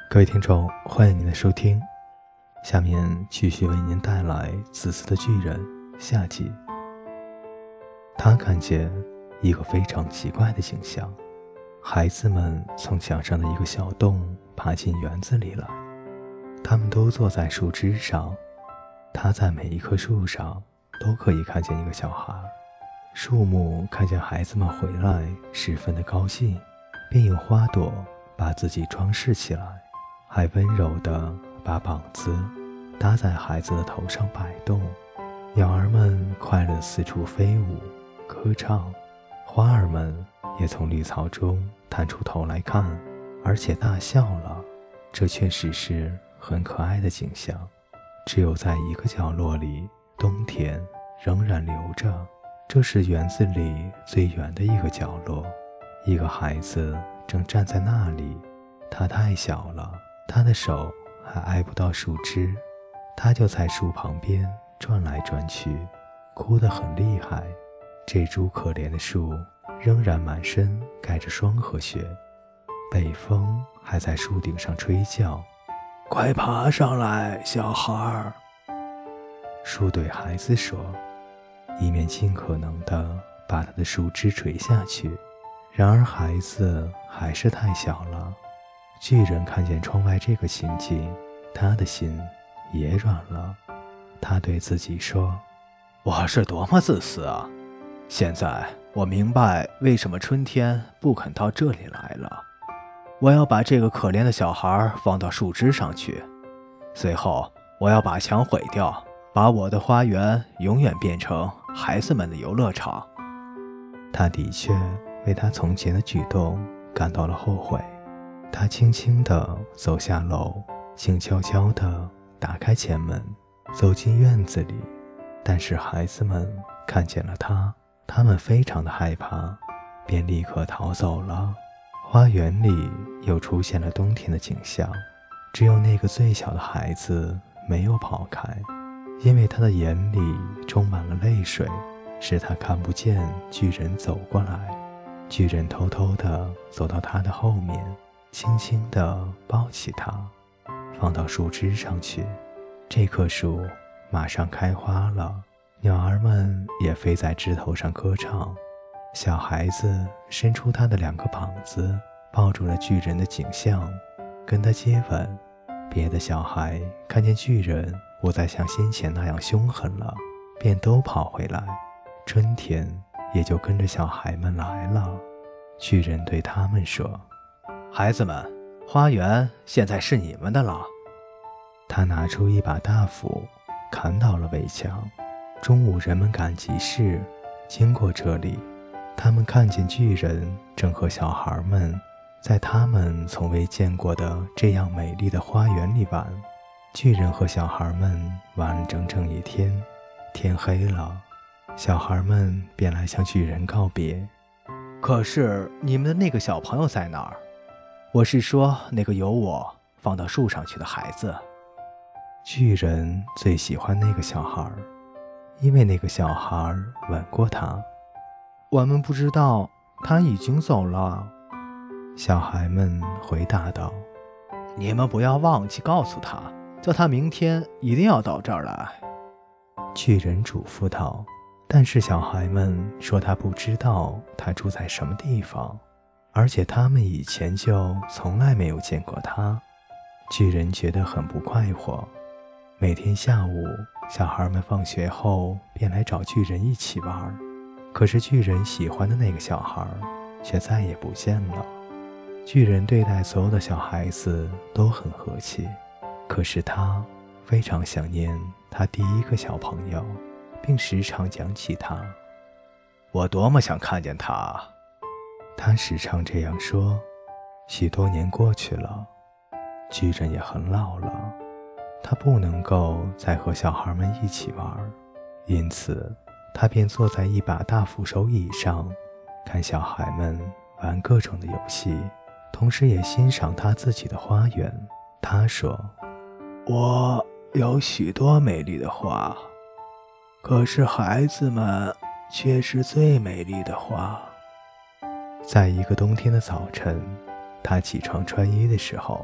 各位听众，欢迎您的收听。下面继续为您带来《自私的巨人》下集。他看见一个非常奇怪的景象，孩子们从墙上的一个小洞爬进园子里来，他们都坐在树枝上，他在每一棵树上都可以看见一个小孩。树木看见孩子们回来，十分的高兴，便用花朵把自己装饰起来，还温柔地把膀子搭在孩子的头上摆动。鸟儿们快乐四处飞舞歌唱，花儿们也从绿草中探出头来看，而且大笑了。这确实是很可爱的景象。只有在一个角落里，冬天仍然留着，这是园子里最远的一个角落。一个孩子正站在那里，他太小了，他的手还挨不到树枝，他就在树旁边转来转去，哭得很厉害。这株可怜的树仍然满身盖着霜和雪，北风还在树顶上吹叫，快爬上来，小孩儿。树对孩子说，以免尽可能地把他的树枝垂下去。然而孩子还是太小了。巨人看见窗外这个情景，他的心也软了。他对自己说，我是多么自私啊！现在我明白为什么春天不肯到这里来了。我要把这个可怜的小孩放到树枝上去，随后我要把墙毁掉，把我的花园永远变成孩子们的游乐场。他的确为他从前的举动感到了后悔。他轻轻地走下楼，静悄悄地打开前门，走进院子里。但是孩子们看见了他，他们非常的害怕，便立刻逃走了。花园里又出现了冬天的景象，只有那个最小的孩子没有跑开，因为他的眼里充满了泪水，使他看不见巨人走过来。巨人偷偷地走到他的后面，轻轻地抱起他，放到树枝上去。这棵树马上开花了，鸟儿们也飞在枝头上歌唱。小孩子伸出他的两个膀子，抱住了巨人的景象，跟他接吻。别的小孩看见巨人不再像先前那样凶狠了，便都跑回来。春天也就跟着小孩们来了。巨人对他们说，孩子们，花园现在是你们的了。他拿出一把大斧，砍倒了围墙。中午人们赶集市经过这里，他们看见巨人正和小孩们在他们从未见过的这样美丽的花园里玩。巨人和小孩们玩了整整一天，天黑了，小孩们便来向巨人告别。可是你们的那个小朋友在哪儿？我是说那个由我放到树上去的孩子。巨人最喜欢那个小孩，因为那个小孩吻过他。我们不知道，他已经走了。小孩们回答道，你们不要忘记告诉他，叫他明天一定要到这儿来。巨人嘱咐道，但是小孩们说他不知道他住在什么地方，而且他们以前就从来没有见过他。巨人觉得很不快活。每天下午，小孩们放学后便来找巨人一起玩，可是巨人喜欢的那个小孩却再也不见了。巨人对待所有的小孩子都很和气，可是他非常想念他第一个小朋友，并时常讲起他。我多么想看见他！他时常这样说。许多年过去了，巨人也很老了，他不能够再和小孩们一起玩，因此他便坐在一把大扶手椅上，看小孩们玩各种的游戏，同时也欣赏他自己的花园。他说，我有许多美丽的花，可是孩子们却是最美丽的花。在一个冬天的早晨，他起床穿衣的时候，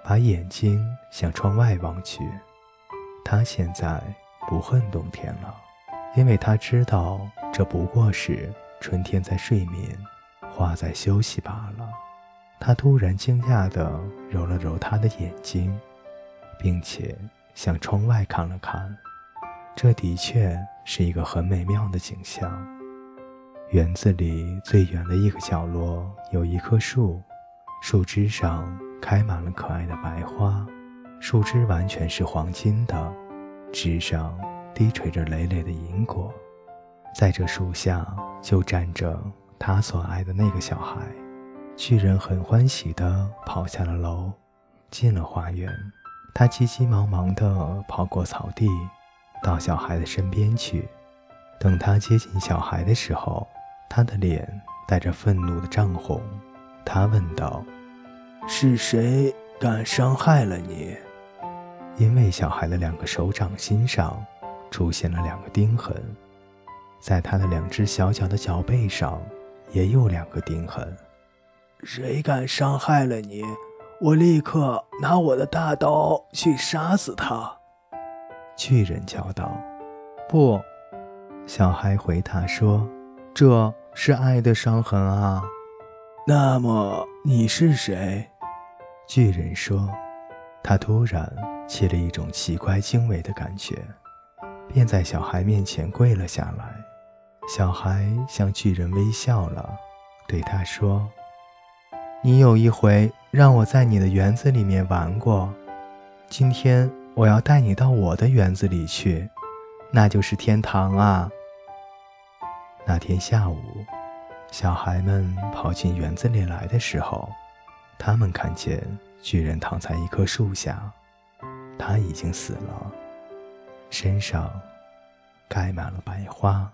把眼睛向窗外望去。他现在不恨冬天了，因为他知道这不过是春天在睡眠，花在休息罢了。他突然惊讶地揉了揉他的眼睛，并且向窗外看了看。这的确是一个很美妙的景象。园子里最远的一个角落有一棵树，树枝上开满了可爱的白花，树枝完全是黄金的，枝上低垂着累累的银果。在这树下就站着他所爱的那个小孩。巨人很欢喜地跑下了楼，进了花园。他急急忙忙地跑过草地，到小孩的身边去。等他接近小孩的时候，他的脸带着愤怒的涨红。他问道：是谁敢伤害了你？因为小孩的2个手掌心上出现了2个钉痕，在他的2只小脚的脚背上也有2个钉痕。谁敢伤害了你，我立刻拿我的大刀去杀死他。巨人叫道。不，小孩回答说，这是爱的伤痕啊。那么你是谁？巨人说。他突然起了一种奇怪惊畏的感觉，便在小孩面前跪了下来。小孩向巨人微笑了，对他说，你有一回让我在你的园子里面玩过，今天我要带你到我的园子里去，那就是天堂啊。那天下午，小孩们跑进园子里来的时候，他们看见巨人躺在一棵树下，他已经死了，身上盖满了白花。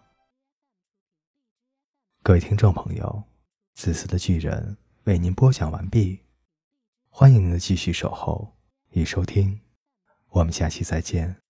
各位听众朋友，自私的巨人为您播讲完毕，欢迎您的继续守候与收听，我们下期再见。